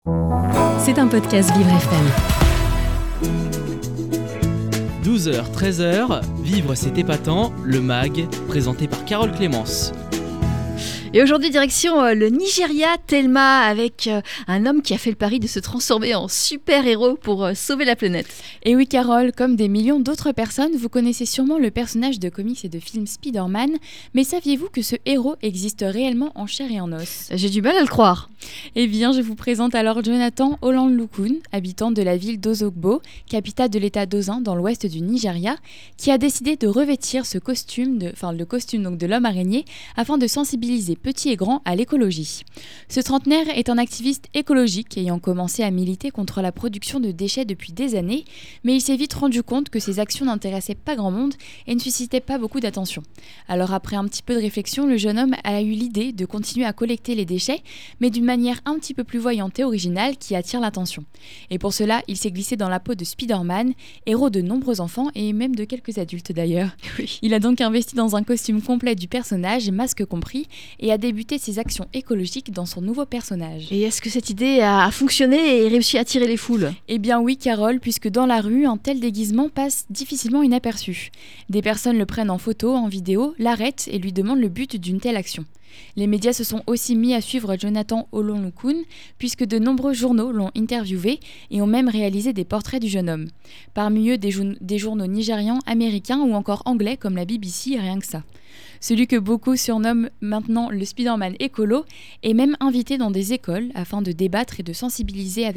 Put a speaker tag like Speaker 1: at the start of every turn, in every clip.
Speaker 1: C'est un podcast Vivre FM.
Speaker 2: 12h, 13h, Vivre c'est épatant, le MAG, présenté par Carole Clémence.
Speaker 3: Et aujourd'hui, direction le Nigeria, Thelma, avec un homme qui a fait le pari de se transformer en super-héros pour sauver la planète.
Speaker 4: Et oui, Carole, comme des millions d'autres personnes, vous connaissez sûrement le personnage de comics et de films Spider-Man, mais saviez-vous que ce héros existe réellement en chair et en os ?
Speaker 3: J'ai du mal à le croire.
Speaker 4: Eh bien, je vous présente alors Jonathan Olonlukun, habitant de la ville d'Ozogbo, capitale de l'état d'Osun dans l'ouest du Nigeria, qui a décidé de revêtir le costume de l'homme araignée afin de sensibiliser petits et grands à l'écologie. Ce trentenaire est un activiste écologique ayant commencé à militer contre la production de déchets depuis des années, mais il s'est vite rendu compte que ses actions n'intéressaient pas grand monde et ne suscitaient pas beaucoup d'attention. Alors après un petit peu de réflexion, le jeune homme a eu l'idée de continuer à collecter les déchets, mais d'une manière un petit peu plus voyante et originale qui attire l'attention. Et pour cela, il s'est glissé dans la peau de Spider-Man, héros de nombreux enfants et même de quelques adultes d'ailleurs.
Speaker 3: Oui.
Speaker 4: Il a donc investi dans un costume complet du personnage, masque compris, et a débuté ses actions écologiques dans son nouveau personnage.
Speaker 3: Et est-ce que cette idée a fonctionné et réussi à attirer les foules ?
Speaker 4: Eh bien oui, Carole, puisque dans la rue, un tel déguisement passe difficilement inaperçu. Des personnes le prennent en photo, en vidéo, l'arrêtent et lui demandent le but d'une telle action. Les médias se sont aussi mis à suivre Jonathan Olonlukun, puisque de nombreux journaux l'ont interviewé et ont même réalisé des portraits du jeune homme. Parmi eux, des journaux nigérians, américains ou encore anglais comme la BBC, rien que ça. Celui que beaucoup surnomment maintenant le Spider-Man écolo est même invité dans des écoles afin de débattre et de sensibiliser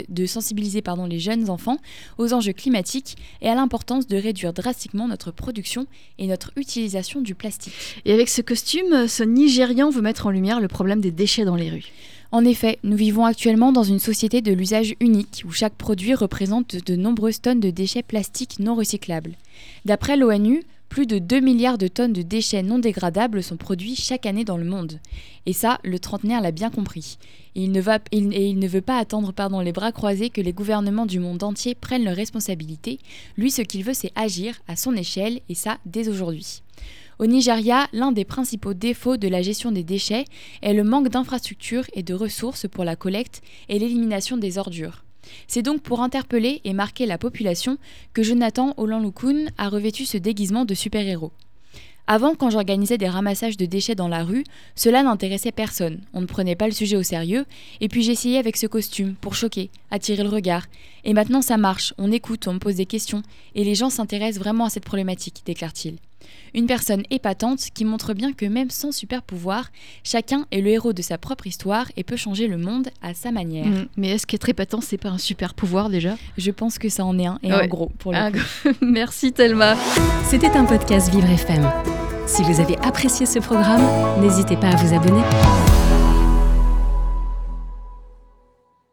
Speaker 4: les jeunes enfants aux enjeux climatiques et à l'importance de réduire drastiquement notre production et notre utilisation du plastique.
Speaker 3: Et avec ce costume, ce Nigérian veut mettre en lumière le problème des déchets dans les rues.
Speaker 4: En effet, nous vivons actuellement dans une société de l'usage unique où chaque produit représente de nombreuses tonnes de déchets plastiques non recyclables. D'après l'ONU, plus de 2 milliards de tonnes de déchets non dégradables sont produits chaque année dans le monde. Et ça, le trentenaire l'a bien compris. Et il ne veut pas attendre les bras croisés que les gouvernements du monde entier prennent leurs responsabilités. Lui, ce qu'il veut, c'est agir à son échelle, et ça, dès aujourd'hui. Au Nigeria, l'un des principaux défauts de la gestion des déchets est le manque d'infrastructures et de ressources pour la collecte et l'élimination des ordures. C'est donc pour interpeller et marquer la population que Jonathan Olonlukun a revêtu ce déguisement de super-héros. Avant, quand j'organisais des ramassages de déchets dans la rue, cela n'intéressait personne, on ne prenait pas le sujet au sérieux, et puis j'essayais avec ce costume pour choquer, attirer le regard. Et maintenant ça marche, on écoute, on me pose des questions, et les gens s'intéressent vraiment à cette problématique, déclare-t-il. Une personne épatante qui montre bien que même sans super pouvoir, chacun est le héros de sa propre histoire et peut changer le monde à sa manière.
Speaker 3: Mais est-ce qu'être épatant, c'est pas un super pouvoir déjà ?
Speaker 4: Je pense que ça en est un, et un gros pour le coup.
Speaker 3: Merci Thelma.
Speaker 1: C'était un podcast Vivre FM. Si vous avez apprécié ce programme, n'hésitez pas à vous abonner.